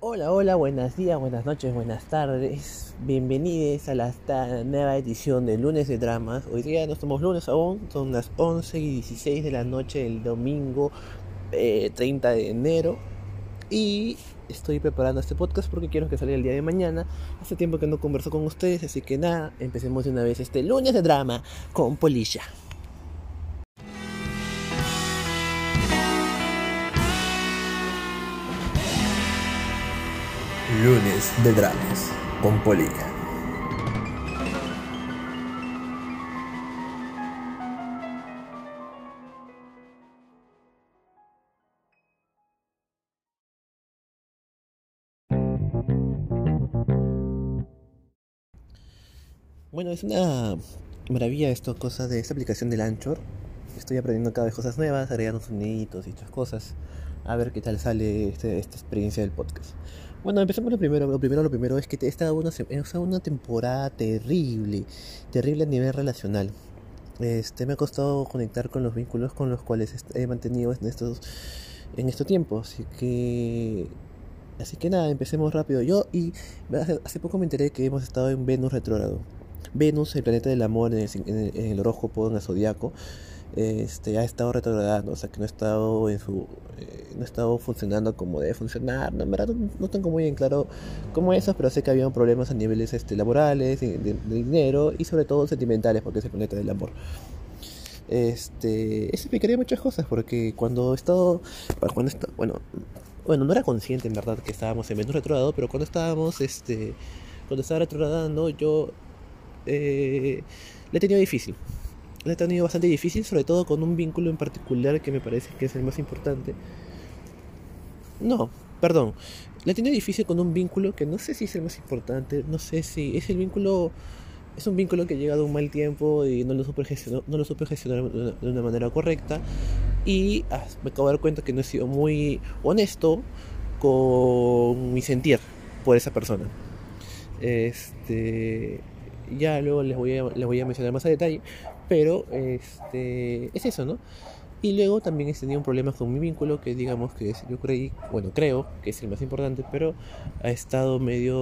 Hola, hola, buenos días, buenas noches, buenas tardes. Bienvenidos a esta nueva edición de Lunes de Dramas. Hoy día no somos lunes aún, son las 11:16 de la noche del domingo 30 de enero. Y estoy preparando este podcast porque quiero que salga el día de mañana. Hace tiempo que no converso con ustedes, así que nada, empecemos de una vez este Lunes de Drama con Polilla. Lunes de Dramas con Polilla. Bueno, es una maravilla esto, cosa de esta aplicación del Anchor. Estoy aprendiendo cada vez cosas nuevas, agregando soniditos y otras cosas. A ver qué tal sale esta experiencia del podcast. Bueno, empecemos lo primero. Lo primero es que he estado una temporada terrible a nivel relacional. Me ha costado conectar con los vínculos con los cuales he mantenido en estos tiempos. Así que nada, empecemos rápido. Hace poco me enteré que hemos estado en Venus retrógrado. Venus, el planeta del amor en el horóscopo, en el zodiaco, ha estado retrogradando, o sea que no ha estado funcionando como debe funcionar. No, en verdad no tengo muy bien claro cómo eso, pero sé que había problemas a niveles laborales, de dinero y sobre todo sentimentales, porque es el planeta del amor. Eso explicaría muchas cosas, porque bueno, no era consciente en verdad que estábamos en Venus retrogrado, pero cuando estaba retrogradando, yo le he tenido difícil. Le he tenido bastante difícil, sobre todo con un vínculo en particular que me parece que es el más importante. No, perdón. Le he tenido difícil con un vínculo que no sé si es el más importante, no sé si es el vínculo. Es un vínculo que llega de un mal tiempo y no lo supe gestionar de una manera correcta. Y me acabo de dar cuenta que no he sido muy honesto con mi sentir por esa persona. Ya luego les voy a mencionar más a detalle, pero es eso, ¿no? Y luego también he tenido un problema con mi vínculo, que digamos que creo que es el más importante, pero ha estado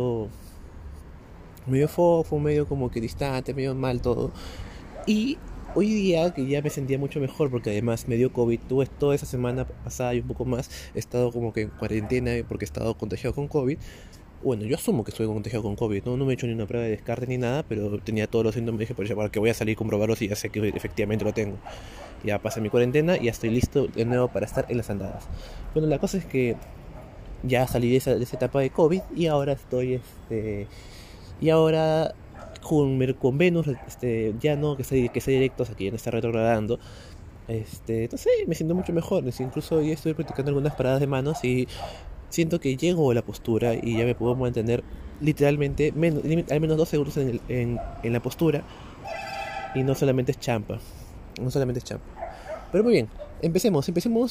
medio fofo, medio como que distante, medio mal todo. Y hoy día, que ya me sentía mucho mejor, porque además me dio COVID, tuve toda esa semana pasada y un poco más, he estado como que en cuarentena porque he estado contagiado con COVID. Bueno, yo asumo que estoy contagiado con COVID, ¿no? No me he hecho ni una prueba de descarte ni nada, pero tenía todos los síntomas. Dije, pero que voy a salir a comprobarlos y ya sé que efectivamente lo tengo. Ya pasé mi cuarentena y ya estoy listo de nuevo para estar en las andadas. Bueno, la cosa es que ya salí de esa etapa de COVID y ahora y ahora con Venus, ya no, que sea directo, o sea, que ya no está retrogradando. Entonces me siento mucho mejor. Incluso ya estoy practicando algunas paradas de manos y siento que llego a la postura y ya me puedo mantener literalmente al menos 2 segundos en la postura, y no solamente es champa. No solamente es champa. Pero muy bien, empecemos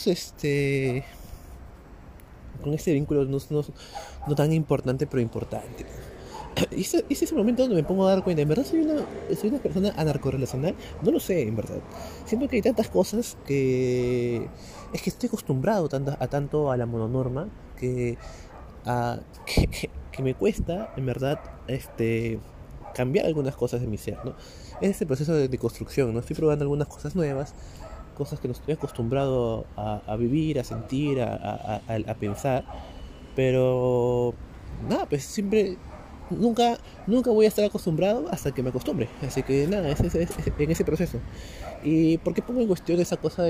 con este vínculo no tan importante, pero importante. Y es ese momento donde me pongo a dar cuenta, ¿en verdad soy una persona anarcorrelacional? No lo sé, en verdad. Siento que hay tantas cosas que... Es que estoy acostumbrado tanto a la mononorma que, a, que me cuesta, en verdad, cambiar algunas cosas de mi ser, ¿no? Es ese proceso de construcción, ¿no? Estoy probando algunas cosas nuevas, cosas que no estoy acostumbrado a vivir, a sentir, a pensar, pero nada, pues nunca voy a estar acostumbrado hasta que me acostumbre. Así que nada, es en ese proceso. ¿Y por qué pongo en cuestión esa cosa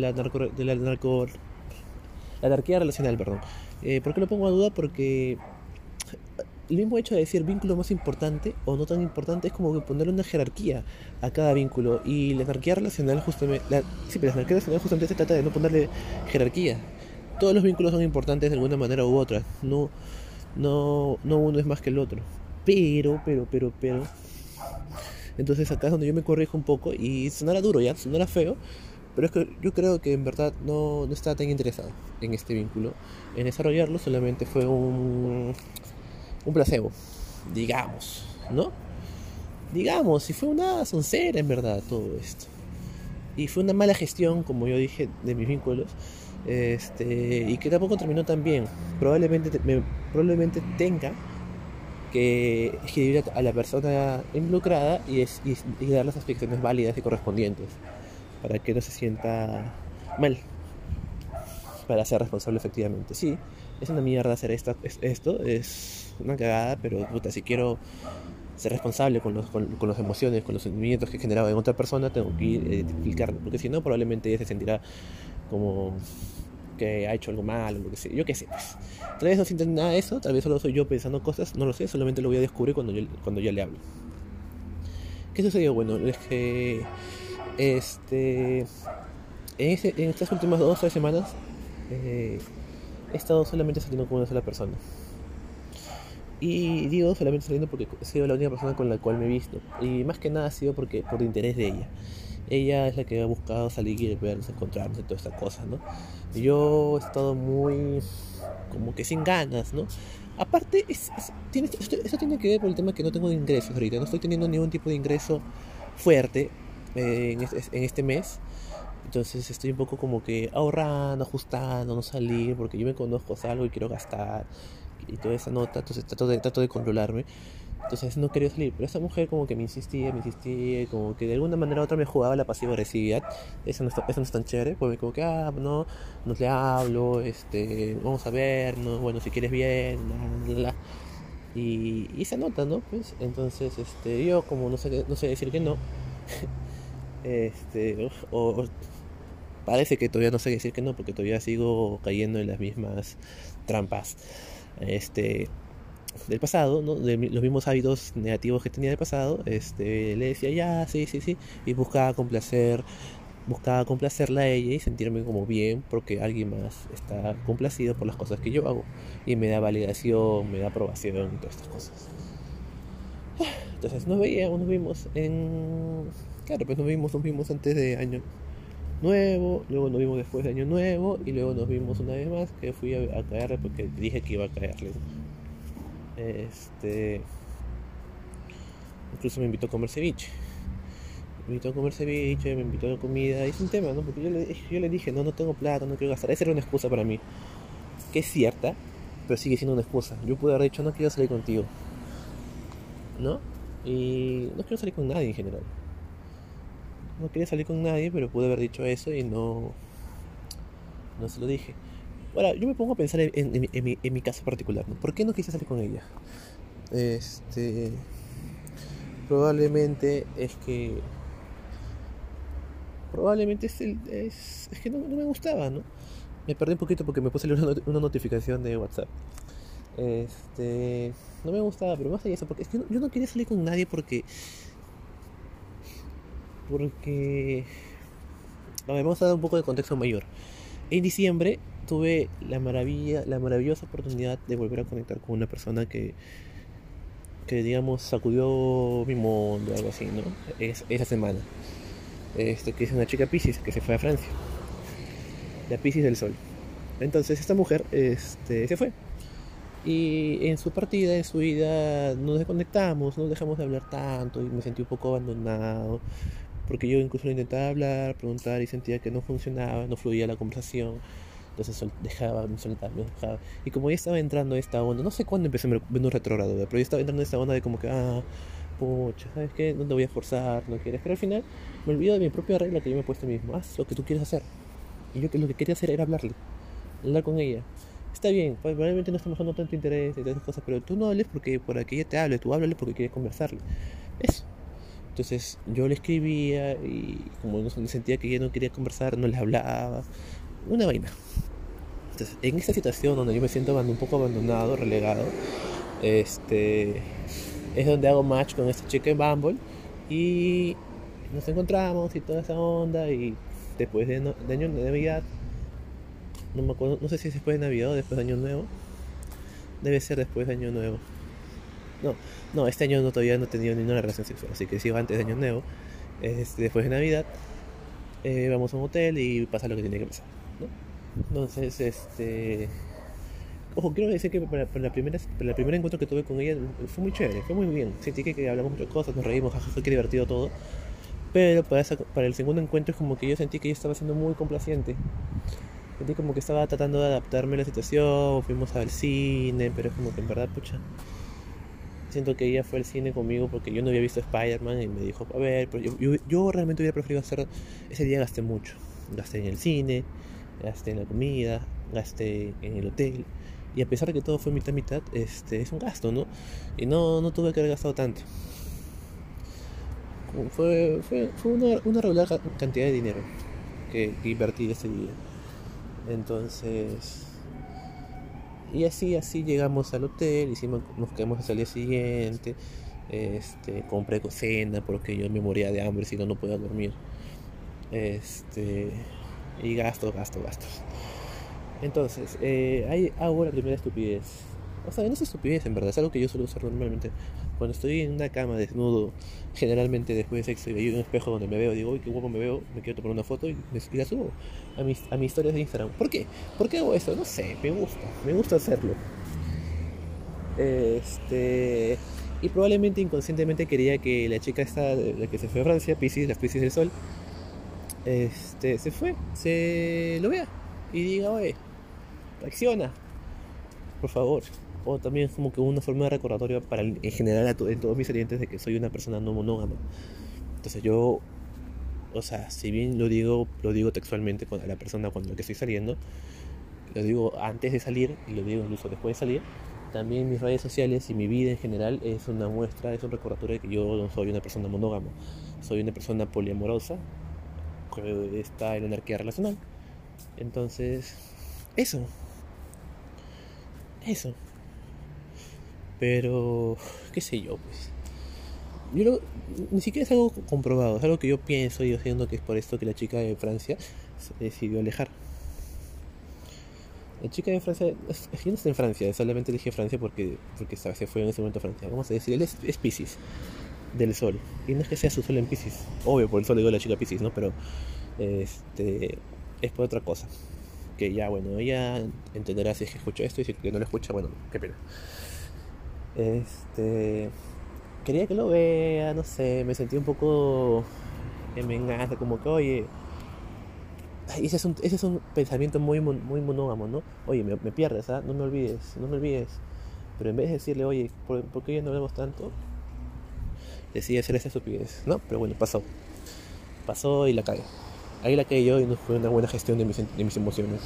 la anarquía relacional, perdón? ¿Por qué lo pongo a duda? Porque el mismo hecho de decir vínculo más importante o no tan importante es como que ponerle una jerarquía a cada vínculo. Y la anarquía relacional justamente se trata de no ponerle jerarquía. Todos los vínculos son importantes de alguna manera u otra. No uno es más que el otro. Pero. Entonces acá es donde yo me corrijo un poco y sonará duro ya, sonará feo. Pero es que yo creo que en verdad no estaba tan interesado en este vínculo. En desarrollarlo solamente fue un placebo, digamos, ¿no? Digamos, y fue una soncera en verdad todo esto. Y fue una mala gestión, como yo dije, de mis vínculos. y que tampoco terminó tan bien. Probablemente tenga que escribir a la persona involucrada y dar las explicaciones válidas y correspondientes para que no se sienta mal, para ser responsable efectivamente. Sí, es una mierda hacer esto es una cagada, pero puta, si quiero ser responsable con las emociones, con los sentimientos que he generado en otra persona, tengo que identificarlo, porque si no, probablemente ella se sentirá como que ha hecho algo mal o lo que sea, yo qué sé, pues. Tal vez no sienten nada de eso, tal vez solo soy yo pensando cosas, no lo sé, solamente lo voy a descubrir cuando ya le hablo. ¿Qué sucedió? Bueno, es que en estas últimas 2 o 3 semanas he estado solamente saliendo con una sola persona. Y digo solamente saliendo porque he sido la única persona con la cual me he visto. Y más que nada ha sido por interés de ella. Ella es la que ha buscado salir y vernos, encontrarnos y toda esta cosa, ¿no? Yo he estado muy como que sin ganas, ¿no? Aparte, eso tiene que ver por el tema que no tengo ingresos ahorita. No estoy teniendo ningún tipo de ingreso fuerte en este mes. Entonces estoy un poco como que ahorrando, ajustando, no salir, porque yo me conozco, salgo y quiero gastar y toda esa nota, entonces trato de controlarme. Entonces no quería salir, pero esa mujer como que me insistía, como que de alguna manera u otra me jugaba la pasiva agresividad. Eso no es tan chévere, pues como que, no le hablo, vamos a ver, no, bueno, si quieres bien, bla, bla, bla. Y esa nota, ¿no? Pues entonces, yo como no sé decir que no, o parece que todavía no sé decir que no, porque todavía sigo cayendo en las mismas trampas, este, del pasado, ¿no? De los mismos hábitos negativos que tenía del pasado. Le decía ya, sí, sí, sí, y buscaba complacerla a ella y sentirme como bien porque alguien más está complacido por las cosas que yo hago y me da validación, me da aprobación y todas estas cosas. Entonces nos vimos claro, pues nos vimos antes de año nuevo, luego nos vimos después de año nuevo y luego nos vimos una vez más que fui a caerle porque dije que iba a caerle. Este, Incluso me invitó a comer ceviche. Me invitó a comer ceviche, me invitó a la comida, y es un tema, ¿no? Porque yo le dije, no tengo plata, no quiero gastar. Esa era una excusa para mí, que es cierta, pero sigue siendo una excusa. Yo pude haber dicho, no quiero salir contigo, ¿no? Y no quiero salir con nadie en general. No quería salir con nadie, pero pude haber dicho eso y no se lo dije. Ahora, yo me pongo a pensar en mi caso particular, ¿no? ¿Por qué no quise salir con ella? Probablemente es que es que no me gustaba, ¿no? Me perdí un poquito porque me puse una notificación de WhatsApp. No me gustaba, pero más allá de eso, porque es que yo no quería salir con nadie porque a ver, vamos a dar un poco de contexto mayor. En diciembre tuve la maravillosa oportunidad de volver a conectar con una persona que digamos sacudió mi mundo, algo así, ¿no? Esa semana. Que es una chica Piscis que se fue a Francia, la Piscis del Sol. Entonces esta mujer se fue. Y en su partida, en su ida, nos desconectamos, no dejamos de hablar tanto y me sentí un poco abandonado. Porque yo incluso le intentaba hablar, preguntar y sentía que no funcionaba, no fluía la conversación. Entonces me soltaba, me dejaba. Y como ya estaba entrando esta onda, no sé cuándo empecé a ver un retrógrado, pero ya estaba entrando esta onda de como que, pucha, ¿sabes qué? No te voy a forzar, no quieres. Pero al final me olvido de mi propia regla que yo me he puesto a mí mismo. Haz lo que tú quieres hacer. Y yo lo que quería hacer era hablar con ella. Está bien, probablemente no está mostrando tanto interés y todas esas cosas, pero tú no hables porque para que ella te hable, tú háblale porque quieres conversarle. Eso. Entonces yo le escribía y como no sentía que ella no quería conversar, no le hablaba. Una vaina. Entonces, en esta situación donde yo me siento un poco abandonado, relegado, es donde hago match con esta chica en Bumble y nos encontramos y toda esa onda y después de año de Navidad, no me acuerdo, no sé si es después de Navidad o después de Año Nuevo, debe ser después de Año Nuevo. No, este año todavía no he tenido ninguna relación sexual, así que sigo antes de Año Nuevo, después de Navidad, vamos a un hotel y pasa lo que tiene que pasar, ¿no? Entonces, ojo, quiero decir que para el primer encuentro que tuve con ella fue muy chévere, fue muy bien. Sentí que hablamos muchas cosas, nos reímos, jajaja, qué divertido todo. Pero para el segundo encuentro es como que yo sentí que ella estaba siendo muy complaciente. Sentí como que estaba tratando de adaptarme a la situación, fuimos al cine, pero es como que en verdad, pucha, siento que ella fue al cine conmigo porque yo no había visto Spider-Man y me dijo, a ver, pero yo realmente hubiera preferido hacer, ese día gasté mucho, gasté en el cine, gasté en la comida, gasté en el hotel, y a pesar de que todo fue mitad mitad, es un gasto, ¿no? Y no tuve que haber gastado tanto. Fue una regular cantidad de dinero que invertí ese día. Entonces, y así llegamos al hotel, nos quedamos hasta el día siguiente. Compré cena porque yo me moría de hambre, si no podía dormir. Este, y gastos. Entonces, ahí hago la primera estupidez. O sea, no es estupidez en verdad, es algo que yo suelo usar normalmente. Cuando estoy en una cama desnudo, generalmente después de sexo, y hay un espejo donde me veo, digo, uy, qué guapo me veo, me quiero tomar una foto y la subo a mis historias de Instagram. ¿Por qué? ¿Por qué hago eso? No sé, me gusta hacerlo. Este, y probablemente inconscientemente quería que la chica esta, la que se fue a Francia, Piscis, las Piscis del Sol, se lo vea y diga, oye, reacciona, por favor. O también es como que una forma de recordatorio para en general en todos mis clientes de que soy una persona no monógama. Entonces yo, o sea, si bien lo digo textualmente con la persona con la que estoy saliendo, lo digo antes de salir y lo digo incluso después de salir. También mis redes sociales y mi vida en general es una muestra, es un recordatorio de que yo no soy una persona monógama, soy una persona poliamorosa que está en la anarquía relacional. Entonces, eso. Eso. Pero, qué sé yo, pues. Ni siquiera es algo comprobado, es algo que yo pienso y haciendo que es por esto que la chica de Francia se decidió alejar. La chica de Francia, yo no está en Francia, solamente dije Francia porque se fue en ese momento a Francia. Vamos a decir, él es Piscis, del Sol. Y no es que sea su Sol en Piscis, obvio, por el Sol le digo a la chica Piscis, ¿no? Pero es por otra cosa. Que ya, bueno, ella entenderá si es que escucha esto y si que no lo escucha, bueno, qué pena. Quería que lo vea, no sé, me sentí un poco en venganza, como que, oye, ese es un pensamiento muy monógamo, ¿no? Oye, me pierdes, ¿ah? No me olvides. Pero en vez de decirle, oye, ¿por qué ya no vemos tanto? Decidí hacer esa estupidez, ¿no? Pero bueno, pasó y la cagué. Ahí la caí yo y no fue una buena gestión de mis emociones.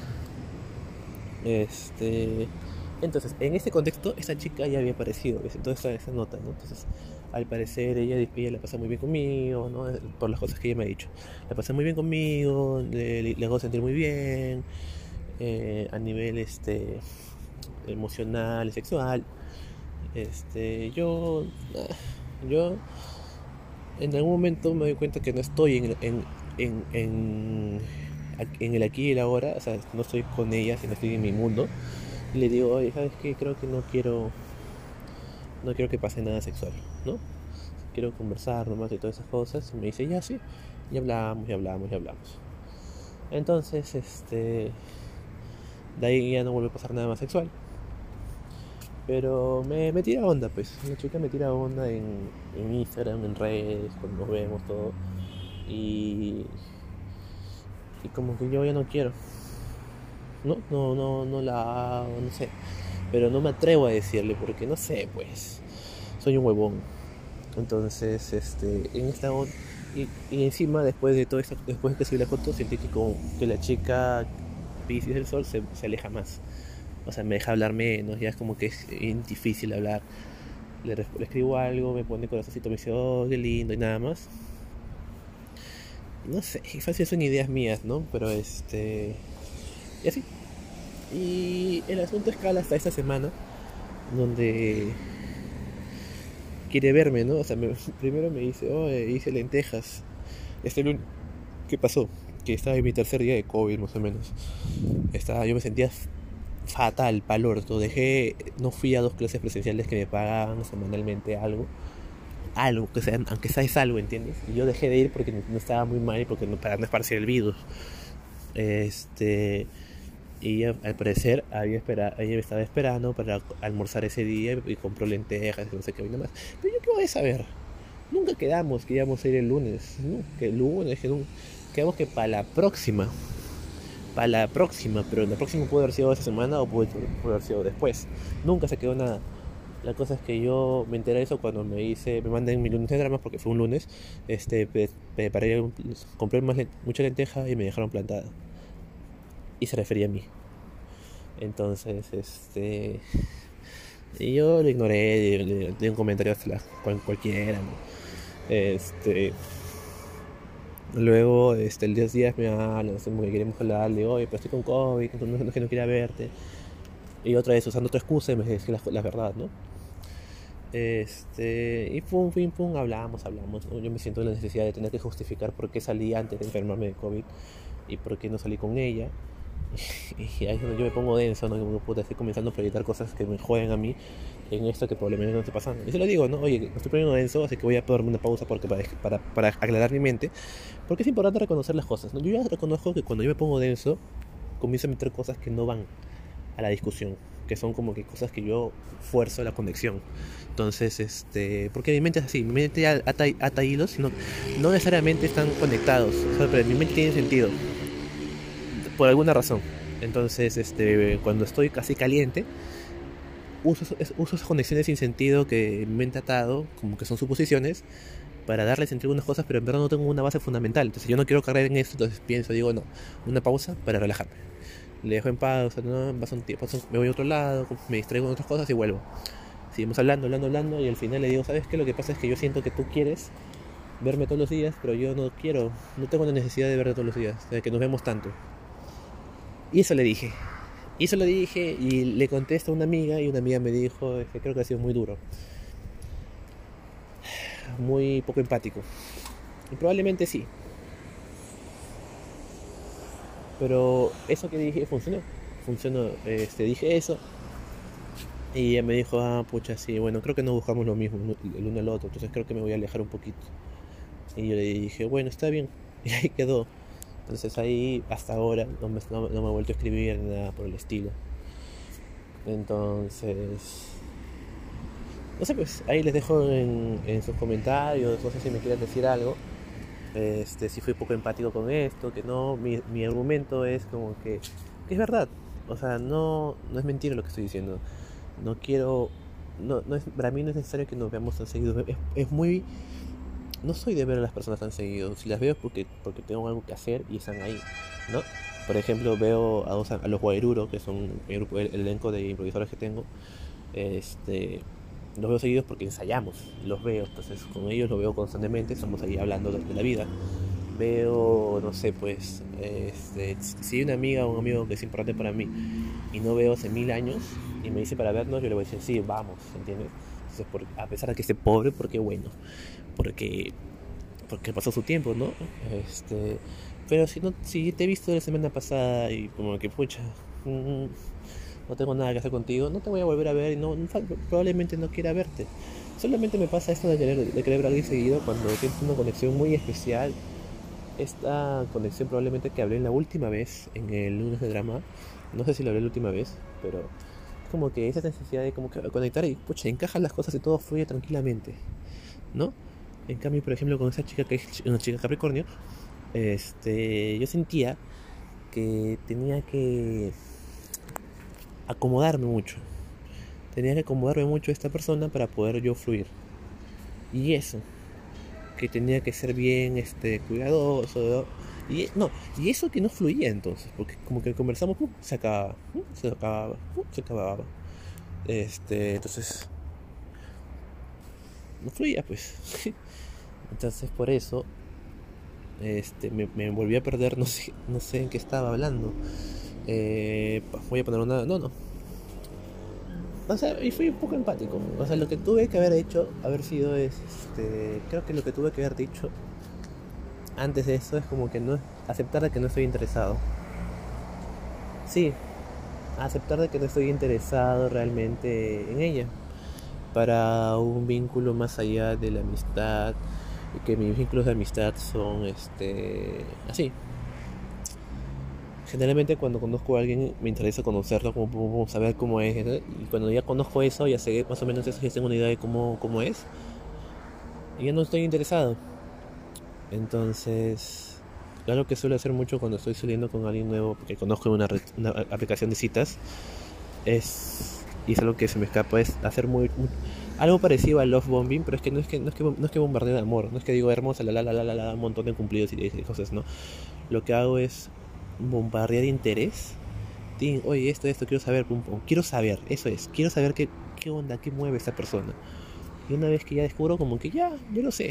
Entonces, en ese contexto, esta chica ya había aparecido, ¿ves? Entonces esa nota, ¿no? Entonces, al parecer, ella la pasa muy bien conmigo, ¿no? Por las cosas que ella me ha dicho. La pasa muy bien conmigo, le hago sentir muy bien, a nivel emocional y sexual. Este, yo, yo en algún momento me doy cuenta que no estoy en el aquí y el ahora, o sea, no estoy con ella, sino estoy en mi mundo. Y le digo, oye, ¿sabes qué? Creo que no quiero que pase nada sexual, ¿no? Quiero conversar nomás y todas esas cosas. Y me dice, ya sí, y hablamos. Entonces, de ahí ya no vuelve a pasar nada más sexual. Pero me tira onda, pues. La chica me tira onda en Instagram, en redes, cuando nos vemos, todo. Y, y como que yo ya no quiero. No la hago, no sé. Pero no me atrevo a decirle porque no sé, pues. Soy un huevón. Entonces, en esta onda. Y encima, después de todo esto, después de que subí la foto, sentí que la chica Piscis del Sol se aleja más. O sea, me deja hablar menos, ya es como que es difícil hablar. Le escribo algo, me pone corazoncito, me dice, oh, qué lindo, y nada más. No sé, fácil son ideas mías, ¿no? Pero y así. Y el asunto escala hasta esta semana, donde quiere verme, ¿no? O sea, primero me dice, oh, hice lentejas. ¿Qué pasó? Que estaba en mi tercer día de COVID, más o menos. Yo me sentía fatal, palorto. No fui a 2 clases presenciales que me pagaban semanalmente algo que sea, aunque sea es algo, ¿entiendes? Y yo dejé de ir porque no estaba muy mal y porque para no esparcir el virus. Y ella, al parecer ella me estaba esperando para almorzar ese día y compró lentejas y no sé qué más. Pero yo qué voy a saber. Nunca quedamos que íbamos a ir el lunes, ¿no? Que el lunes, quedamos que para la próxima para la próxima, pero la próxima puede haber sido esa semana o puede haber sido después. Nunca se quedó nada. La cosa es que yo me enteré de eso cuando me mandé mi lunes de dramas porque fue un lunes. Preparé, compré mucha lenteja y me dejaron plantada. Y se refería a mí. Entonces, y yo lo ignoré, le di un comentario hasta cualquiera, ¿no? Luego, el 10 días me hablan, como que queremos hablar, le digo, oye, pero estoy con COVID, no quería verte. Y otra vez usando otra excusa, me dice la verdad, ¿no? Y pum, pum, pum, hablamos, ¿no? Yo me siento la necesidad de tener que justificar por qué salí antes de enfermarme de COVID y por qué no salí con ella. Y ahí es donde yo me pongo denso, ¿no? Como puta, estoy comenzando a proyectar cosas que me jueguen a mí en esto que probablemente no esté pasando. Y se lo digo, ¿no? Oye, me estoy poniendo denso, así que voy a darme una pausa para aclarar mi mente. Porque es importante reconocer las cosas, ¿no? Yo ya reconozco que cuando yo me pongo denso, comienzo a meter cosas que no van a la discusión, que son como que cosas que yo fuerzo la conexión. Entonces, porque mi mente es así, mi mente ata hilos, no necesariamente están conectados, o sea, pero mi mente tiene sentido, por alguna razón. Entonces, cuando estoy casi caliente, uso esas conexiones sin sentido que mi mente ha atado, como que son suposiciones, para darle sentido a unas cosas, pero en verdad no tengo una base fundamental. Entonces yo no quiero caer en esto, entonces digo, no, una pausa para relajarme. Le dejo en pausa, ¿no? Pasa un tiempo, me voy a otro lado, me distraigo en otras cosas y vuelvo. Seguimos hablando, y al final le digo, ¿sabes qué? Lo que pasa es que yo siento que tú quieres verme todos los días, pero yo no quiero, no tengo la necesidad de verte todos los días, de que nos vemos tanto. Y eso le dije. Y le contesto a una amiga y una amiga me dijo que creo que ha sido muy duro. Muy poco empático. Y probablemente sí. Pero eso que dije funcionó. Dije eso. Y ella me dijo, pucha, sí, bueno, creo que no buscamos lo mismo el uno al otro. Entonces creo que me voy a alejar un poquito. Y yo le dije, bueno, está bien. Y ahí quedó. Entonces ahí hasta ahora no me he vuelto a escribir ni nada por el estilo. Entonces, no sé, pues ahí les dejo en sus comentarios, no sé si me quieren decir algo. Si fui poco empático con esto, que no, mi argumento es como que es verdad. O sea, no es mentira lo que estoy diciendo. No quiero, no es, para mí no es necesario que nos veamos tan seguido. Es muy, no soy de ver a las personas tan seguido. Si las veo es porque tengo algo que hacer y están ahí, ¿no? Por ejemplo, veo a los Guairuro, que son el elenco de improvisadores que tengo. Los veo seguidos porque ensayamos, los veo, entonces con ellos los veo constantemente, estamos ahí hablando de la vida. Veo, no sé, pues, si hay una amiga o un amigo que es importante para mí y no veo hace 1000 años y me dice para vernos, yo le voy a decir, sí, vamos, ¿entiendes? Entonces, a pesar de que esté pobre, porque bueno, porque pasó su tiempo, ¿no? Pero si te he visto la semana pasada y como que, pucha, no tengo nada que hacer contigo, no te voy a volver a ver y probablemente no quiera verte. Solamente me pasa esto de querer ver a alguien seguido cuando siento una conexión muy especial. Esta conexión probablemente que hablé la última vez en el lunes de drama, no sé si lo hablé la última vez, pero es como que esa necesidad de como que conectar y pucha, encajan las cosas y todo fluye tranquilamente, ¿no? En cambio, por ejemplo, con esa chica que es una chica Capricornio, yo sentía que tenía que acomodarme mucho. Tenía que acomodarme mucho a esta persona para poder yo fluir. Y eso, que tenía que ser bien cuidadoso. Y eso que no fluía entonces, porque como que conversamos, se acababa. Entonces, no fluía pues. Entonces por eso me volví a perder, no sé en qué estaba hablando. Voy a poner una... No. O sea, y fui un poco empático. O sea, lo que tuve que haber sido creo que lo que tuve que haber dicho antes de eso es como que no aceptar de que no estoy interesado. Sí, aceptar de que no estoy interesado realmente en ella. Para un vínculo más allá de la amistad. Y que mis vínculos de amistad son así. Generalmente cuando conozco a alguien me interesa conocerlo, como saber cómo es, ¿no? Y cuando ya conozco eso, ya sé más o menos eso, ya tengo una idea de cómo es. Y ya no estoy interesado. Entonces, algo que suelo hacer mucho cuando estoy saliendo con alguien nuevo que conozco en una aplicación de citas y es algo que se me escapa, es hacer algo parecido al love bombing, pero es que no es que bombardeo de amor, no es que digo hermosa, un montón de cumplidos y cosas, ¿no? Lo que hago es bombardear de interés. Oye, esto, quiero saber, pum, pum, quiero saber, eso es, quiero saber qué onda, qué mueve esta persona. Y una vez que ya descubro, como que ya lo sé.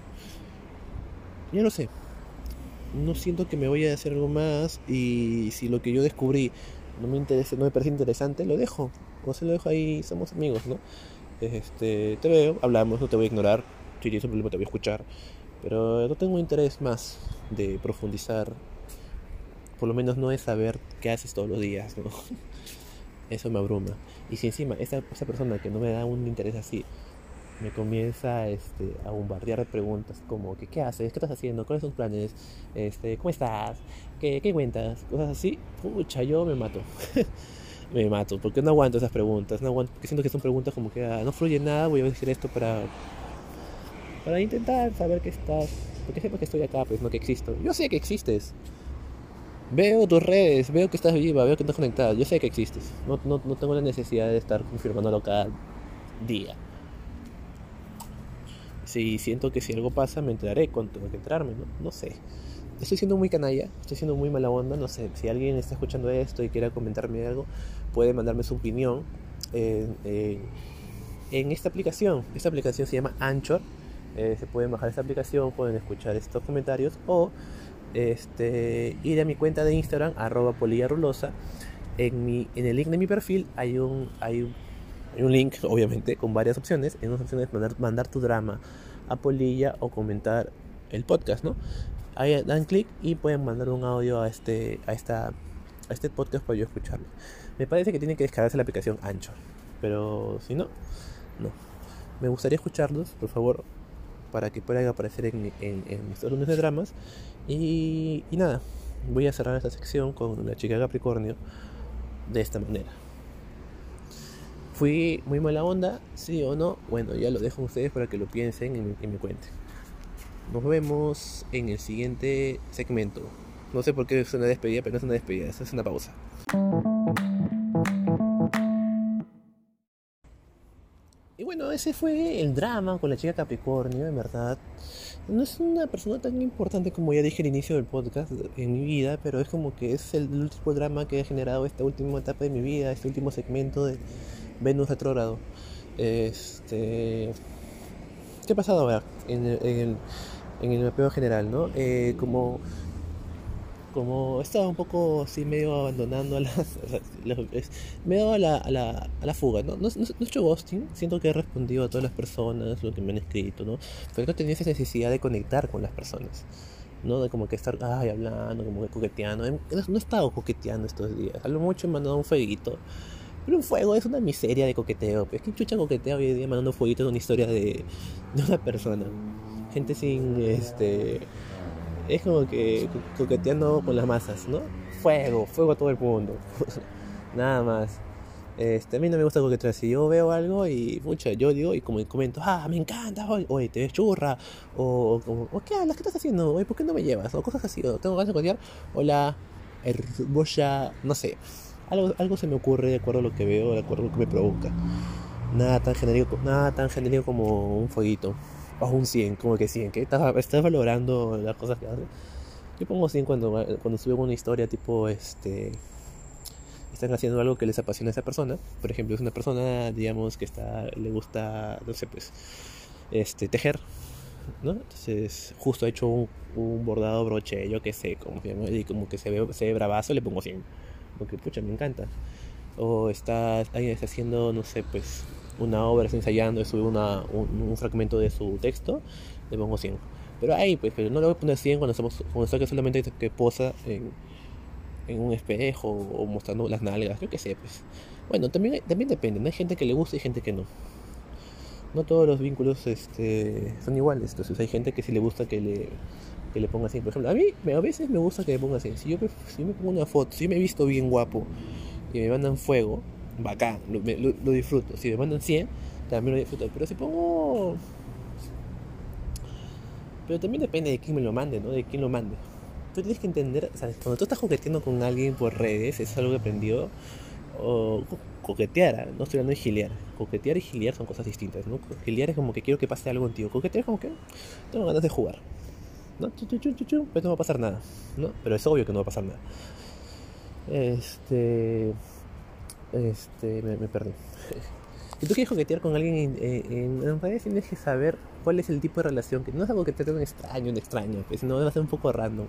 Ya lo sé. No siento que me vaya a hacer algo más. Y si lo que yo descubrí no me interesa, no me parece interesante, lo dejo. O se lo dejo ahí, somos amigos, ¿no? Te veo, hablamos, no te voy a ignorar. Si tienes un problema te voy a escuchar. Pero no tengo interés más de profundizar. Por lo menos no es saber qué haces todos los días, ¿no? Eso me abruma. Y si encima esa persona que no me da un interés así me comienza a bombardear de preguntas como que, ¿qué haces? ¿Qué estás haciendo? ¿Cuáles son tus planes? ¿Cómo estás? ¿Qué cuentas? Cosas así. Pucha, yo me mato. Me mato, porque no aguanto esas preguntas. No aguanto, porque siento que son preguntas como que no fluye nada. Voy a decir esto para intentar saber que estás. Porque sepa que estoy acá, pues no que existo. Yo sé que existes. Veo tus redes, veo que estás viva, veo que estás conectada. Yo sé que existes. No tengo la necesidad de estar confirmándolo cada día. Si siento que si algo pasa me enteraré cuando tengo que enterarme, ¿no? No sé. Estoy siendo muy canalla, estoy siendo muy mala onda, no sé. Si alguien está escuchando esto y quiera comentarme algo, puede mandarme su opinión en esta aplicación. Esta aplicación se llama Anchor. Se pueden bajar esta aplicación, pueden escuchar estos comentarios o ir a mi cuenta de Instagram @polillarulosa. En el link de mi perfil hay un link, obviamente, con varias opciones. En unas opciones mandar tu drama a Polilla o comentar el podcast, ¿no? Ahí dan clic y pueden mandar un audio a este podcast para yo escucharlo. Me parece que tienen que descargarse la aplicación Anchor, pero si no, no. Me gustaría escucharlos, por favor, para que puedan aparecer en estos lunes de dramas. Y nada, voy a cerrar esta sección con la chica Capricornio de esta manera. ¿Fui muy mala onda? ¿Sí o no? Bueno, ya lo dejo a ustedes para que lo piensen y me cuenten. Nos vemos en el siguiente segmento. No sé por qué es una despedida, pero no es una despedida, es una pausa. Y bueno, ese fue el drama con la chica Capricornio, en verdad. No es una persona tan importante como ya dije al inicio del podcast en mi vida, pero es como que es el último drama que ha generado esta última etapa de mi vida, este último segmento de Venus retrógrado. ¿Qué ha pasado ahora en el mapeo general, ¿no? Como estaba un poco así medio abandonando medio a la fuga, ¿no? No he hecho ghosting, siento que he respondido a todas las personas lo que me han escrito, ¿no? Pero no tenía esa necesidad de conectar con las personas, ¿no? De como que estar hablando, como que coqueteando. No he estado coqueteando estos días, a lo mucho he mandado un fueguito. Pero un fuego es una miseria de coqueteo. Es que chucha coqueteo hoy en día mandando fueguitos de una historia de una persona. Gente sin es como que coqueteando con las masas, ¿no? Fuego a todo el mundo. Nada más. A mí no me gusta coquetear. Si yo veo algo y pucha, yo digo y como comento, me encanta, oye, te ves churra, o ¿qué hablas? ¿Qué estás haciendo? Oye, ¿por qué no me llevas? O cosas así, o tengo ganas de coquetear, hola, hermosa, no sé. Algo se me ocurre de acuerdo a lo que veo, de acuerdo a lo que me provoca. Nada tan genérico como un fueguito. O un 100, como que 100, que estás valorando las cosas que haces. Yo pongo 100 cuando subo una historia tipo están haciendo algo que les apasiona a esa persona. Por ejemplo, es una persona, digamos, que le gusta, no sé, pues tejer, ¿no? Entonces justo ha hecho un bordado broche, yo qué sé, y como que se ve bravazo, le pongo 100, porque pucha, me encanta. O alguien está haciendo, no sé, pues una obra, está ensayando y sube un fragmento de su texto, le pongo 100. Pero ahí, pues, pero no le voy a poner 100 cuando está que solamente que posa en un espejo o mostrando las nalgas, yo qué sé, pues. Bueno, también depende, ¿no? Hay gente que le gusta y gente que no. No todos los vínculos son iguales, entonces hay gente que sí le gusta que le ponga 100. Por ejemplo, a mí a veces me gusta que me ponga 100. Si yo me pongo una foto, si yo me he visto bien guapo y me mandan fuego, bacán, lo disfruto. Si me mandan 100, también lo disfruto. Pero también depende de quién me lo mande, ¿no? De quién lo mande. tú tienes que entender, o sea, cuando tú estás coqueteando con alguien por redes, eso es algo que aprendió, o coquetear, no estoy hablando de gilear. Coquetear y gilear son cosas distintas, ¿no? Gilear es como que quiero que pase algo contigo. Coquetear es como que tengo ganas de jugar, ¿no? Pues no va a pasar nada, ¿no? Pero es obvio que no va a pasar nada. Me perdí. Si tú quieres coquetear con alguien en redes, tienes que saber cuál es el tipo de relación, que no es algo que te tenga un extraño, pues no va a ser un poco random.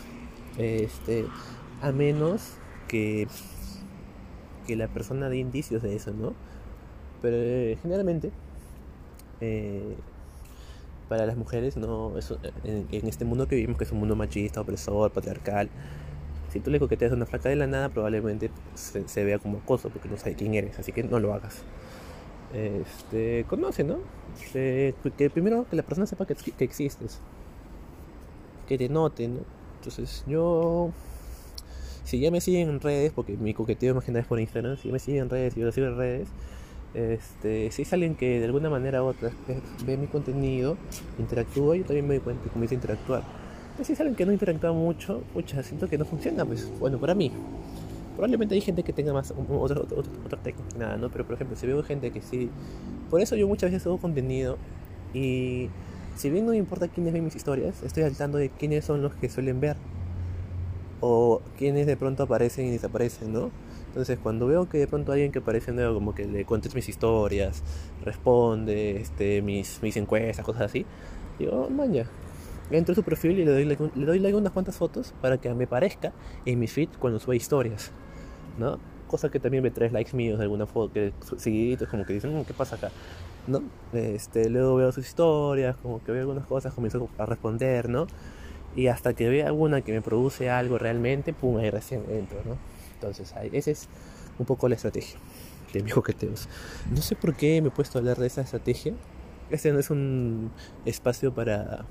A menos que, que la persona dé indicios de eso, ¿no? Pero generalmente, eh, para las mujeres, no, eso, en este mundo que vivimos, que es un mundo machista, opresor, patriarcal, si tú le coqueteas a una flaca de la nada, probablemente se vea como acoso, porque no sabe quién eres, así que no lo hagas. Conoce, ¿no? Que primero que la persona sepa que existes, que te note, ¿no? Entonces si ya me siguen en redes, porque mi coqueteo más que nada es por Instagram, si ya me siguen en redes, si yo lo sigo en redes, si es alguien que de alguna manera u otra ve mi contenido, interactúa, yo también me doy cuenta y comienzo a interactuar. Pero si es alguien que no interactúa mucho, siento que no funciona, pues bueno, para mí. Probablemente hay gente que tenga más otra técnica, nada, ¿no? Pero por ejemplo, si veo gente que sí. Por eso yo muchas veces hago contenido y si bien no me importa quiénes ven mis historias, estoy al tanto de quiénes son los que suelen ver o quiénes de pronto aparecen y desaparecen, ¿no? Entonces cuando veo que de pronto alguien que aparece nuevo, como que le cuentes mis historias, responde mis encuestas, cosas así, digo, man, ya. Entro a su perfil y le doy like a unas cuantas fotos para que me parezca en mi feed cuando suba historias, ¿no? Cosa que también ve 3 likes míos de alguna foto que seguiditos, como que dicen, ¿qué pasa acá? ¿No? Luego veo sus historias, como que veo algunas cosas, comienzo a responder, ¿no? Y hasta que vea alguna que me produce algo realmente, pum, ahí recién entro, ¿no? Entonces, esa es un poco la estrategia de mis coqueteos. No sé por qué me he puesto a hablar de esa estrategia. Este no es un espacio para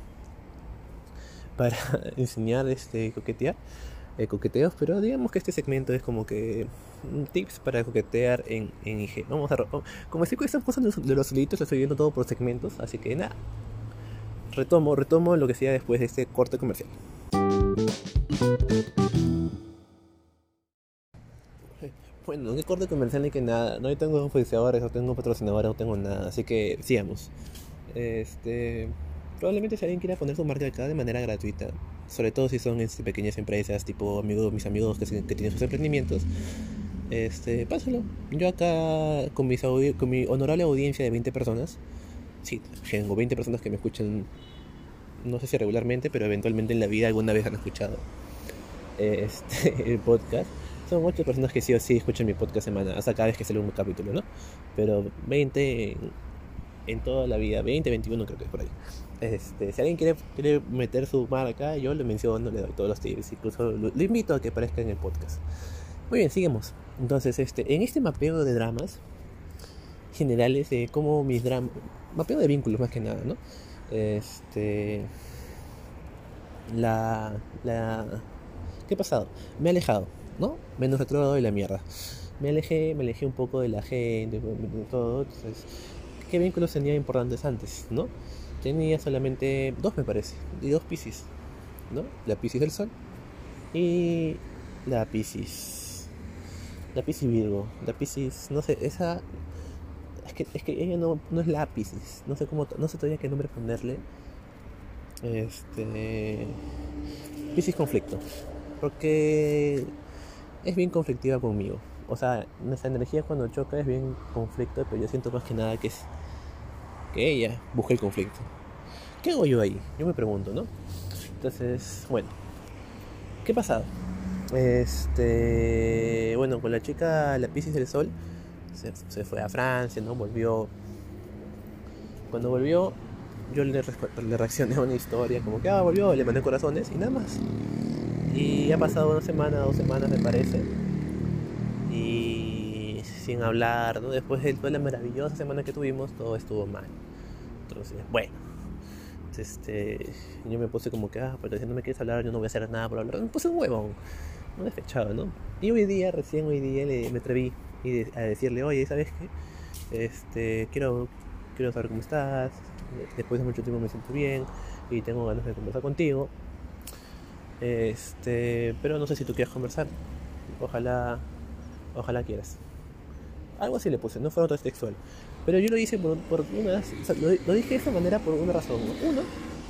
enseñar coqueteos, pero digamos que este segmento es como que tips para coquetear en IG. Como estoy con estas cosas de los solitos, lo estoy viendo todo por segmentos, así que nada, retomo lo que sea después de este corte comercial. Bueno, ¿qué corte comercial ni que nada? No tengo auspiciadores, no tengo patrocinadores, no tengo nada, así que sigamos. Probablemente si alguien quiera poner su marca acá de manera gratuita, sobre todo si son pequeñas empresas, tipo mis amigos que tienen sus emprendimientos, pásalo. Yo acá con mi honorable audiencia de 20 personas, sí, tengo 20 personas que me escuchan, no sé si regularmente, pero eventualmente en la vida alguna vez han escuchado el podcast. Son 8 personas que sí o sí escuchan mi podcast semana, hasta cada vez que sale un capítulo, ¿no? Pero 20 en toda la vida, 20, 21 creo que es por ahí. Si alguien quiere meter su marca, yo le menciono, le doy todos los tips, incluso lo invito a que aparezca en el podcast. Muy bien, sigamos. Entonces, en este mapeo de dramas generales, como mis dramas, mapeo de vínculos más que nada, ¿no? ¿Qué ha pasado? Me he alejado, ¿no? Menos retrógrado y la mierda. Me alejé un poco de la gente, de todo. Entonces, ¿qué vínculos tenía importantes antes, no? Tenía solamente 2, me parece, y 2 Piscis, ¿no? La Piscis del Sol y la Piscis Virgo. La Piscis, no sé, esa es que ella no es la Piscis, no sé todavía qué nombre ponerle. Piscis conflicto, porque es bien conflictiva conmigo. O sea, nuestra energía cuando choca es bien conflicto, pero yo siento más que nada que ella busca el conflicto. ¿Qué hago yo ahí? Yo me pregunto, ¿no? Entonces, bueno, ¿qué ha pasado? Bueno, con la chica, la Piscis del Sol, se fue a Francia, ¿no? Volvió. Cuando volvió, yo le reaccioné a una historia, como que, volvió, le mandé corazones y nada más. Y ha pasado 2 semanas me parece, y sin hablar, ¿no? Después de toda la maravillosa semana que tuvimos, todo estuvo mal. Entonces, bueno, yo me puse como que, pero si no me quieres hablar, yo no voy a hacer nada por hablar. Me puse un huevón, no despechado, ¿no? Y recién hoy día me atreví a decirle, oye, ¿sabes qué? Quiero saber cómo estás. Después de mucho tiempo me siento bien y tengo ganas de conversar contigo. Pero no sé si tú quieres conversar. Ojalá, ojalá quieras. Algo así le puse, no fue nota textual. Pero yo lo hice por una, o sea, lo dije de esa manera por una razón, ¿no? Uno,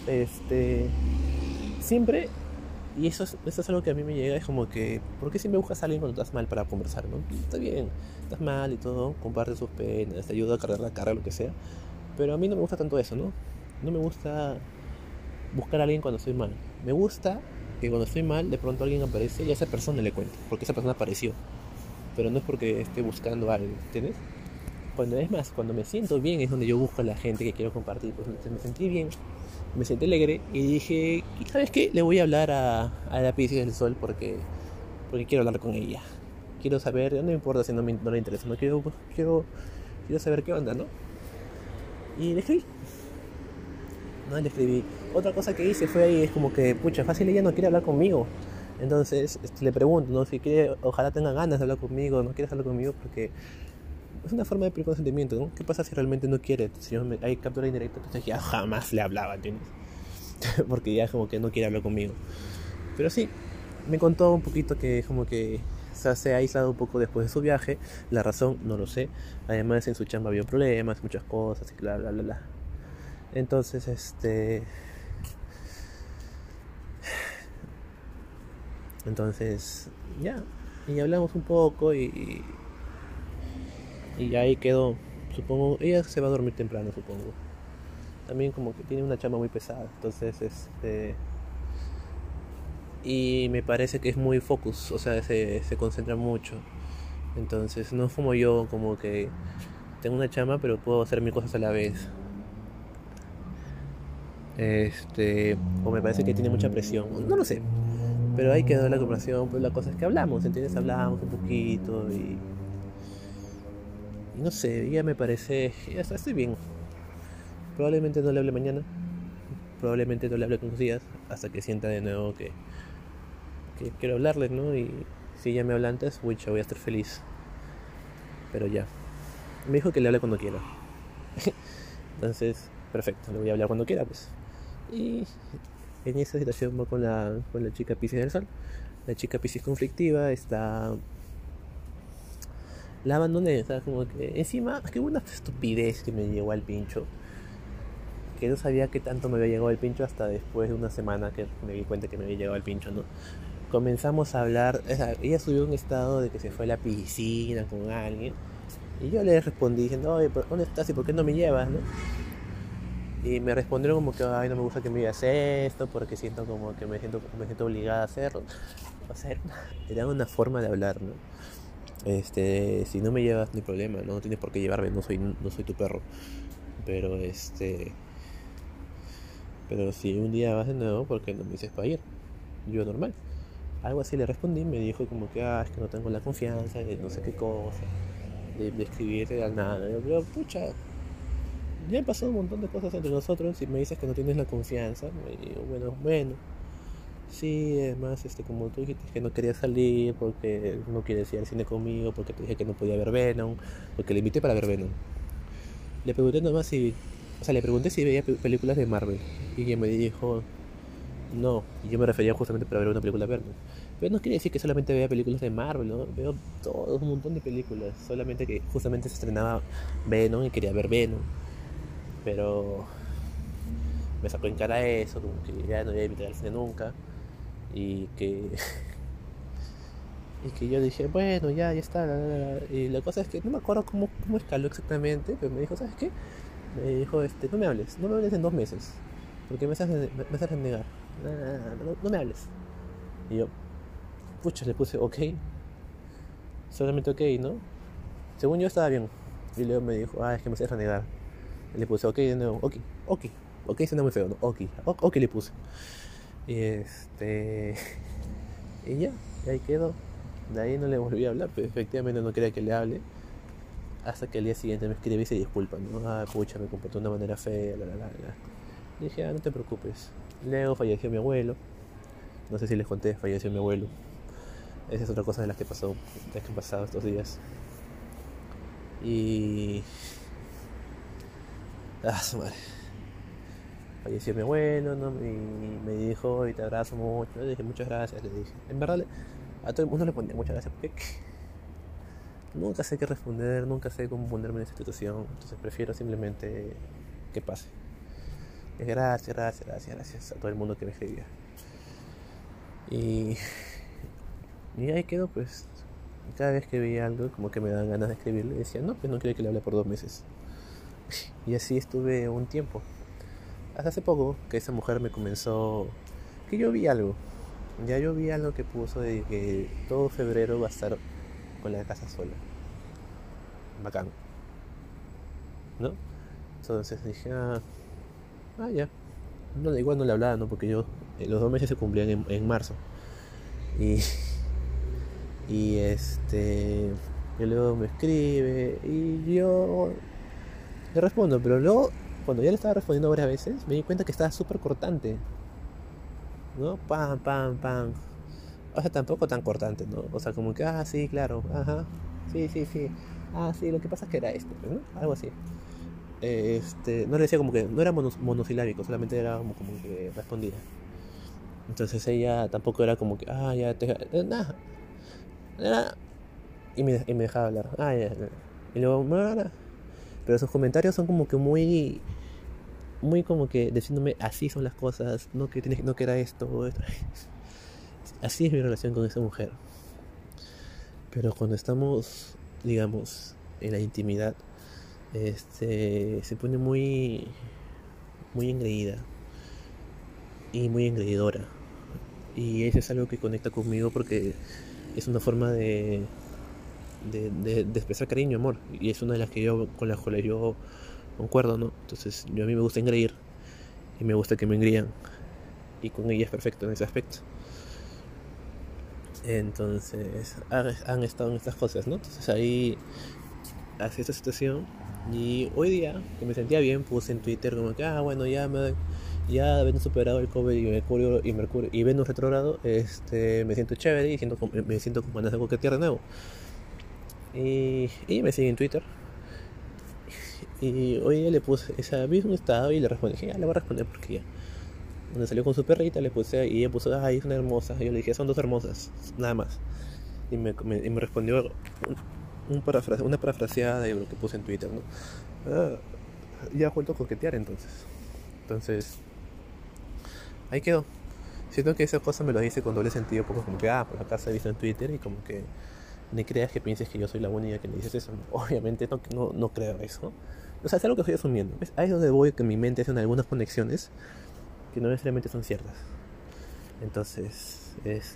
siempre, y eso es algo que a mí me llega, es como que, ¿por qué siempre buscas a alguien cuando estás mal para conversar, no? Está bien, estás mal y todo, comparte sus penas, te ayuda a cargar la carga, lo que sea. Pero a mí no me gusta tanto eso, ¿no? No me gusta buscar a alguien cuando estoy mal. Me gusta que cuando estoy mal, de pronto alguien aparece y a esa persona le cuento, porque esa persona apareció. Pero no es porque esté buscando a alguien, ¿entiendes? Cuando me siento bien es donde yo busco a la gente que quiero compartir. Pues me sentí bien, me sentí alegre y dije, ¿sabes qué? Le voy a hablar a la Piscis del Sol porque quiero hablar con ella. Quiero saber, no me importa si no le interesa, no quiero saber qué onda, ¿no? Y le escribí. No, le escribí. Otra cosa que hice fue ahí, es como que, pucha, fácil ella no quiere hablar conmigo. Entonces le pregunto, ¿no? Si quiere, ojalá tenga ganas de hablar conmigo, no quieres hablar conmigo porque es una forma de pedir consentimiento, ¿no? ¿Qué pasa si realmente no quiere? Si hay captura indirecta, entonces ya jamás le hablaba, ¿entiendes? Porque ya como que no quiere hablar conmigo. Pero sí, me contó un poquito que como que se ha aislado un poco después de su viaje. La razón, no lo sé. Además en su chamba había problemas, muchas cosas y bla, bla, bla, bla. Entonces, Entonces, ya. Y hablamos un poco y ahí quedó. Supongo, ella se va a dormir temprano, supongo. También como que tiene una chamba muy pesada. Entonces, y me parece que es muy focus, o sea, se concentra mucho. Entonces, no es como yo, como que tengo una chamba, pero puedo hacer mil cosas a la vez. O me parece que tiene mucha presión, no lo sé. Pero ahí quedó la conversación, pues la cosa es que hablamos, ¿entiendes? Hablamos un poquito y no sé, ya me parece, ya está, estoy bien. Probablemente no le hable mañana, probablemente no le hable con unos días, hasta que sienta de nuevo que quiero hablarle, ¿no? Y si ella me habla antes, pucha, voy a estar feliz. Pero ya, me dijo que le hable cuando quiera. Entonces, perfecto, le voy a hablar cuando quiera, pues. Y en esa situación voy con la chica Piscis del Sol. La chica Piscis conflictiva está... La abandoné, o sea, como que encima, es que hubo una estupidez que me llegó al pincho. Que no sabía qué tanto me había llegado el pincho hasta después de una semana que me di cuenta que me había llegado el pincho, ¿no? Comenzamos a hablar, o sea, ella subió un estado de que se fue a la piscina con alguien. Y yo le respondí diciendo, oye, ¿dónde estás y por qué no me llevas, no? Y me respondieron como que, ay, no me gusta que me digas esto, porque siento como que me siento obligada a hacerlo. O sea, era una forma de hablar, ¿no? Si no me llevas, no hay problema, ¿no? No tienes por qué llevarme, no soy tu perro. Pero pero si un día vas de nuevo, ¿por qué no me dices para ir? Yo normal. Algo así le respondí, me dijo como que, es que no tengo la confianza, de no sé qué cosa, de escribirte al nada. Yo creo, pucha, ya han pasado un montón de cosas entre nosotros y me dices que no tienes la confianza. Me digo, bueno, sí, además, como tú dijiste que no querías salir porque no quieres ir al cine conmigo, porque te dije que no podía ver Venom, porque le invité para ver Venom. Le pregunté nomás le pregunté si veía películas de Marvel y ella me dijo, no, y yo me refería justamente para ver una película de Venom. Pero no quiere decir que solamente vea películas de Marvel, ¿no? Veo todo un montón de películas, solamente que justamente se estrenaba Venom y quería ver Venom. Pero me sacó en cara eso, como que ya no iba a invitar al cine nunca. Y que y que yo dije, bueno, ya está. Y la cosa es que no me acuerdo cómo escaló exactamente, pero me dijo, ¿sabes qué? Me dijo, no me hables en 2 meses, porque me haces renegar. No me hables. Y yo, pucha, le puse ok, solamente ok, ¿no? Según yo estaba bien. Y luego me dijo, es que me haces renegar. Y le puse ok de nuevo, ok suena muy feo, ¿no? Ok le puse. Y y ya, y ahí quedó. De ahí no le volví a hablar, pero efectivamente no quería que le hable. Hasta que al día siguiente me escribe y se disculpa, ¿no? Pucha, me comportó de una manera fea, la. Le dije, no te preocupes. Luego falleció mi abuelo. No sé si les conté, falleció mi abuelo. Esa es otra cosa de las que han pasado estos días. Y... su madre. falleció mi abuelo, ¿no? Y me dijo, y te abrazo mucho. Le dije, muchas gracias, le dije. En verdad, a todo el mundo le ponía muchas gracias porque nunca sé qué responder, nunca sé cómo ponerme en esa situación. Entonces prefiero simplemente que pase. Gracias, gracias, gracias, gracias a todo el mundo que me escribía. Y, y ahí quedó, pues. Cada vez que veía algo, como que me daban ganas de escribirle, decía, no, pues no quiero que le hable por 2 meses. Y así estuve un tiempo. Hasta hace poco que esa mujer me comenzó. Que yo vi algo. Ya yo vi algo que puso de que todo febrero va a estar con la casa sola. Bacán, ¿no? Entonces dije, ya. No, igual no le hablaba, ¿no? Porque los 2 meses se cumplían en marzo. Y, y luego me escribe y yo le respondo, pero luego, cuando ya le estaba respondiendo varias veces, me di cuenta que estaba súper cortante, ¿no? Pam, pam, pam. O sea, tampoco tan cortante, ¿no? O sea, como que, sí, claro, ajá, sí, sí, sí. Sí, lo que pasa es que era esto, ¿no? Algo así. No le decía como que, no era monosilábico, solamente era como que respondía. Entonces ella tampoco era como que, ya, nada, nada. Y me dejaba hablar, ya, ya. Y luego, nada. Pero sus comentarios son como que muy, muy como que diciéndome, así son las cosas, no que era esto, esto. Así es mi relación con esa mujer. Pero cuando estamos, digamos, en la intimidad, se pone muy, muy engreída y muy engreidora. Y eso es algo que conecta conmigo porque es una forma de expresar cariño, amor. Y es una de las que con las cuales yo concuerdo, ¿no? Entonces, a mí me gusta engreír y me gusta que me engrían. Y con ella es perfecto en ese aspecto. Entonces, han estado en estas cosas, ¿no? Entonces ahí, hacia esta situación. Y hoy día, que me sentía bien, puse en Twitter como que, bueno, ya habiendo superado el COVID y Venus retrógrado, me siento chévere y me siento como ganas de coquetear de nuevo. Y me sigue en Twitter. Y hoy día le puse ese mismo estado y le respondí, ya le voy a responder porque ya. Cuando salió con su perrita le puse, y ella puso, es una hermosa. Y yo le dije, son 2 hermosas, nada más. Y me respondió una parafraseada de lo que puse en Twitter, ¿no? Ya ha vuelto a coquetear entonces ahí quedó. Siento que esa cosa me lo dice con doble sentido, porque como que por acá se ha visto en Twitter y como que ni creas que pienses que yo soy la única que le dices eso, ¿no? Obviamente no creo eso. O sea, es algo que estoy asumiendo. Ahí es donde voy, que en mi mente hacen algunas conexiones que no necesariamente son ciertas. Entonces,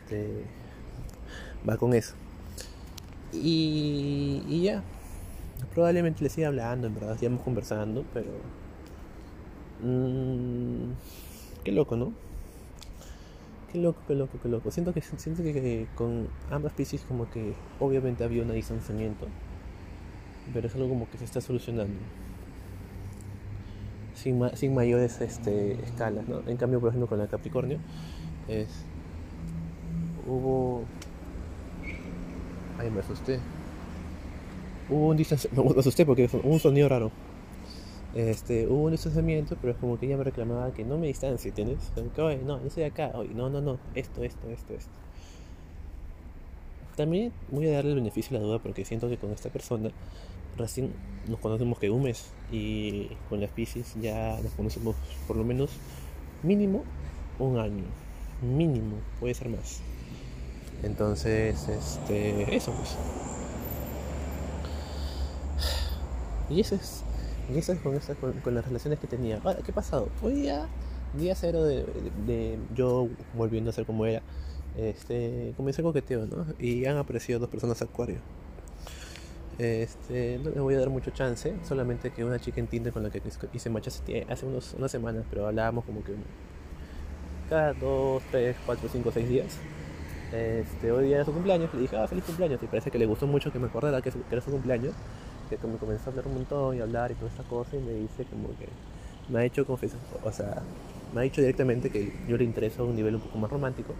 va con eso. Y ya. Probablemente le siga hablando, en verdad, sigamos conversando, pero qué loco, ¿no? Qué loco, qué loco, qué loco. Siento que con ambas Piscis como que obviamente había un distanciamiento, pero es algo como que se está solucionando sin mayores escalas, ¿no? En cambio, por ejemplo, con la Capricornio hubo... Ay, me asusté. Hubo un distanciamiento, me asusté porque hubo un sonido raro. Hubo un distanciamiento, pero es como que ella me reclamaba que no me distancie, ¿entiendes? Que, oye, no, yo estoy acá, oye, no, esto. También voy a darle el beneficio de la duda porque siento que con esta persona recién nos conocemos que un mes y con las Piscis ya nos conocemos por lo menos mínimo un año, mínimo, puede ser más. Entonces, eso pues. Y eso es con las relaciones que tenía. Ahora, ¿qué ha pasado? Hoy día cero de yo volviendo a ser como era. Comencé el coqueteo, ¿no? Y han aparecido 2 personas acuario. No les voy a dar mucho chance, solamente que una chica en Tinder con la que hice match hace unas semanas, pero hablábamos como que cada 2, 3, 4, 5, 6 días. Hoy día era su cumpleaños, le dije, feliz cumpleaños, y parece que le gustó mucho que me acordara que era su cumpleaños, que me comenzó a hablar un montón y hablar y toda esta cosa, y me dice como que me ha hecho confesar, o sea, me ha dicho directamente que yo le intereso a un nivel un poco más romántico.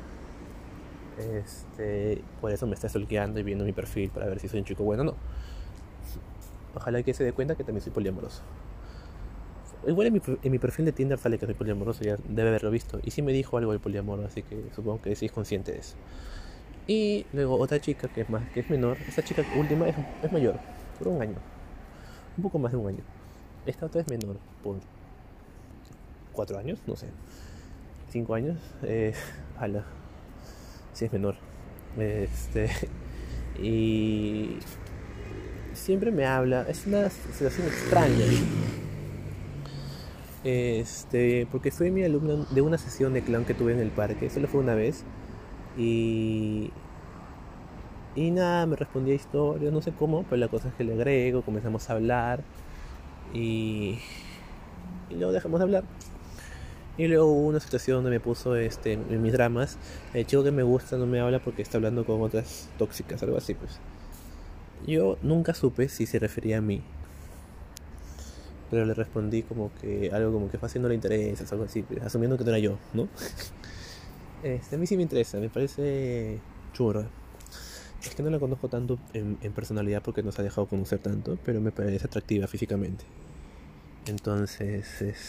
Por eso me está stalkeando y viendo mi perfil para ver si soy un chico bueno o no. Ojalá que se dé cuenta que también soy poliamoroso. Igual en mi perfil de Tinder sale que soy poliamoroso, ya debe haberlo visto. Y sí me dijo algo del poliamor, así que supongo que sí es consciente de eso. Y luego otra chica que es menor. Esta chica última es mayor, por un año. Un poco más de un año. Esta otra es menor, por 4 años, no sé. 5 años. Ala, sí es menor. Este. Y siempre me habla. Es una situación extraña. Porque fue mi alumna de una sesión de clown que tuve en el parque. Solo fue una vez. Y, y nada, me respondía historias, no sé cómo, pero la cosa es que le agrego, comenzamos a hablar y, y luego dejamos de hablar. Y luego hubo una situación donde me puso en mis dramas, el chico que me gusta no me habla porque está hablando con otras tóxicas, algo así pues. Yo nunca supe si se refería a mí, pero le respondí como que algo como que fácil no le interesa, algo así, pues, asumiendo que no era yo, ¿no? A mí sí me interesa, me parece churro. Es que no la conozco tanto en personalidad porque no se ha dejado conocer tanto, pero me parece atractiva físicamente. Entonces,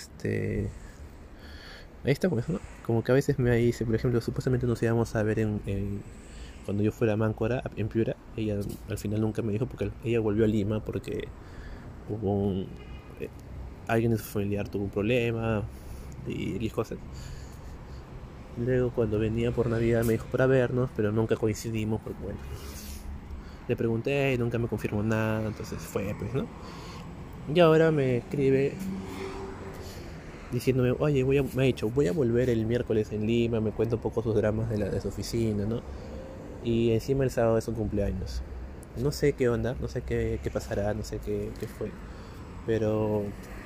ahí está pues, ¿no? Como que a veces me dice, por ejemplo, supuestamente nos íbamos a ver cuando yo fuera a Máncora, en Piura. Ella al final nunca me dijo porque ella volvió a Lima porque hubo eh, alguien de su familiar tuvo un problema y cosas. Luego cuando venía por Navidad me dijo para vernos, pero nunca coincidimos porque bueno, le pregunté y nunca me confirmó nada, entonces fue pues, ¿no? Y ahora me escribe diciéndome, oye, me ha dicho, voy a volver el miércoles en Lima, me cuenta un poco sus dramas de su oficina, ¿no? Y encima el sábado es su cumpleaños. No sé qué onda, no sé qué pasará, no sé qué fue, pero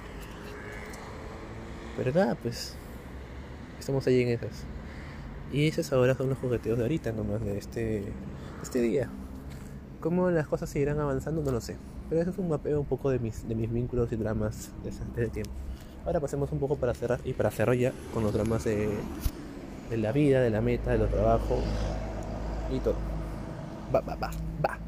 pero nada, pues estamos allí en esas. Y esos ahora son los jugueteos de ahorita nomás, de este día. Cómo las cosas seguirán avanzando no lo sé. Pero eso es un mapeo un poco de mis vínculos y dramas de ese tiempo. Ahora pasemos un poco para cerrar y para cerrar ya con los dramas de la vida, de la meta, de los trabajos y todo. Va.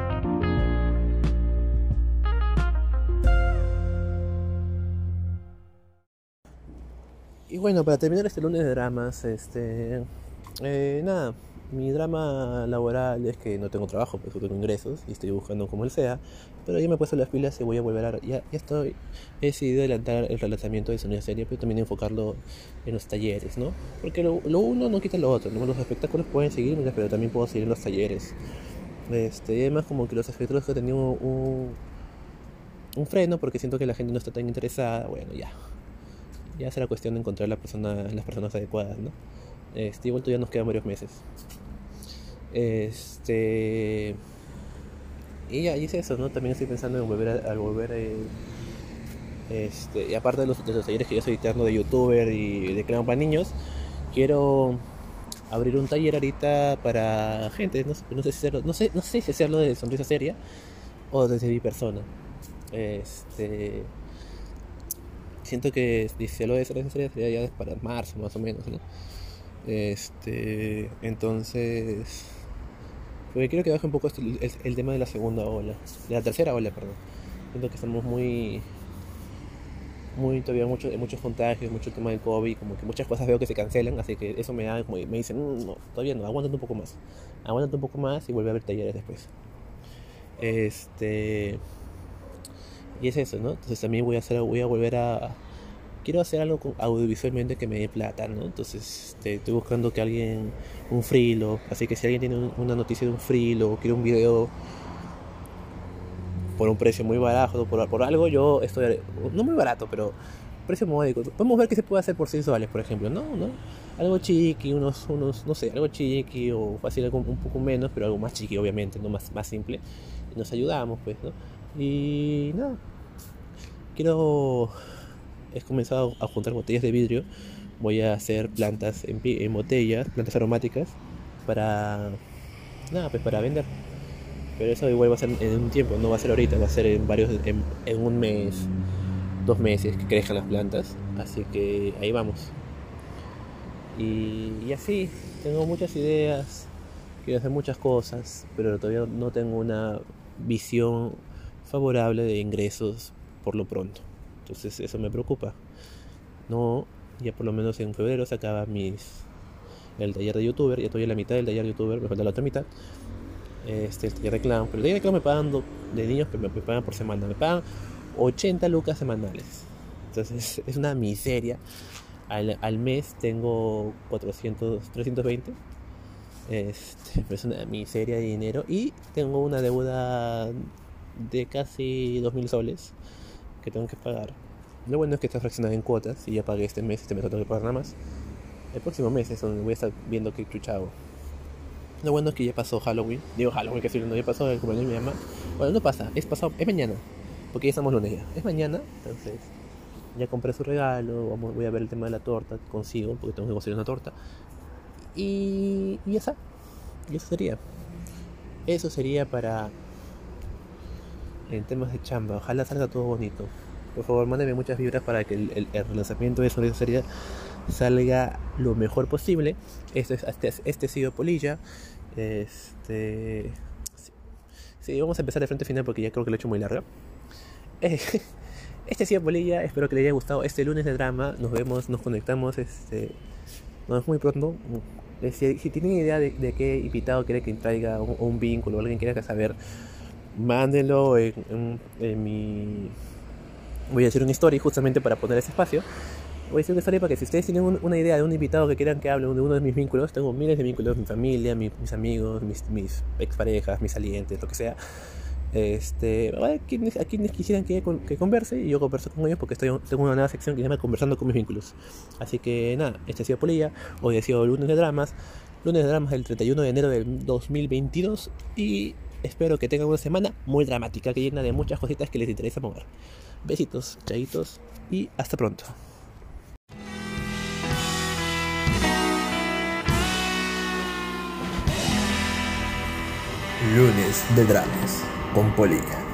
Y bueno, para terminar este lunes de dramas, nada, mi drama laboral es que no tengo trabajo, pues no tengo ingresos y estoy buscando como él sea, pero ya me he puesto las pilas y voy a volver he decidido adelantar el relanzamiento de Sonido Serie, pero también enfocarlo en los talleres, ¿no? Porque lo uno no quita lo otro, ¿no? Los espectáculos pueden seguir, pero también puedo seguir en los talleres. Y además como que los espectáculos que he tenido un freno porque siento que la gente no está tan interesada, bueno, ya será cuestión de encontrar las personas adecuadas, ¿no? Igual todavía nos quedan varios meses. Y ya hice eso, ¿no? También estoy pensando en volver y aparte de los talleres que yo soy dictando de youtuber y de clown para niños, quiero abrir un taller ahorita para gente, no sé si hacerlo, no sé si hacerlo de sonrisa seria o desde mi persona. Siento que si lo de sonrisa seria sería ya para marzo más o menos, ¿no? Entonces, porque quiero que baje un poco el tema de la segunda ola, de la tercera ola, perdón. Siento que estamos todavía muchos contagios, mucho tema del COVID, como que muchas cosas veo que se cancelan, así que eso me da, como me dicen, no, todavía no, aguántate un poco más y vuelve a haber talleres después. Y es eso, ¿no? Entonces también voy a volver quiero hacer algo audiovisualmente que me dé plata, ¿no? Entonces estoy buscando que alguien, un freelo, así que si alguien tiene una noticia de un freelo o quiere un video por un precio muy barato, por algo, yo estoy, no muy barato, pero precio módico. Podemos ver qué se puede hacer por $6, por ejemplo, ¿no? Algo chiqui, no sé, algo chiqui o fácil, algo un poco menos, pero algo más chiqui, obviamente, no más simple. Y nos ayudamos, pues, ¿no? Y nada, quiero he comenzado a juntar botellas de vidrio. Voy a hacer plantas en botellas, plantas aromáticas, para nada, pues para vender. Pero eso igual va a ser en un tiempo, no va a ser ahorita, va a ser en un mes, 2 meses que crezcan las plantas. Así que ahí vamos. Y así, tengo muchas ideas, quiero hacer muchas cosas, pero todavía no tengo una visión favorable de ingresos por lo pronto. Entonces eso me preocupa. No, ya por lo menos en febrero se acaba el taller de youtuber, ya estoy en la mitad del taller de youtuber, me falta la otra mitad. El taller de clown, pero el taller de clown me pagan de niños, pero me pagan por semana, me pagan 80 lucas semanales. Entonces es una miseria. Al mes tengo 320. Pero es una miseria de dinero. Y tengo una deuda de casi 2000 soles que tengo que pagar. Lo bueno es que está fraccionada en cuotas y ya pagué este mes no tengo que pagar nada más. El próximo mes es donde voy a estar viendo qué chucha hago. Lo bueno es que ya pasó Halloween. Digo Halloween, que no, ya pasó el cumpleaños de mi mamá. Bueno, no pasa, es mañana. Porque ya estamos lunes ya. Es mañana, entonces ya compré su regalo. Voy a ver el tema de la torta, consigo, porque tengo que conseguir una torta. Y ya está. Y eso sería para en temas de chamba. Ojalá salga todo bonito. Por favor, mándame muchas vibras para que el relanzamiento de Sonrisa Sería salga lo mejor posible. Este ha sido Polilla. Sí, vamos a empezar de frente final porque ya creo que lo he hecho muy larga. Este ha sido Polilla. Espero que les haya gustado este lunes de drama. Nos vemos, nos conectamos. Nos vemos muy pronto. Si tienen idea de qué invitado quiere que traiga un vínculo o alguien quiera saber, mándenlo en mi... Voy a hacer una story justamente para poner ese espacio. Voy a hacer una story para que si ustedes tienen una idea de un invitado que quieran que hable de uno de mis vínculos, tengo miles de vínculos, mi familia, mis amigos, mis exparejas, mis salientes, lo que sea. A quienes quisieran que converse, y yo converso con ellos porque tengo una nueva sección que se llama Conversando con mis vínculos. Así que nada, este ha sido Polilla. Hoy ha sido lunes de dramas del 31 de enero del 2022 y espero que tengan una semana muy dramática, que llena de muchas cositas que les interesa mover. Besitos, chaitos y hasta pronto. Lunes de dramas con Polilla.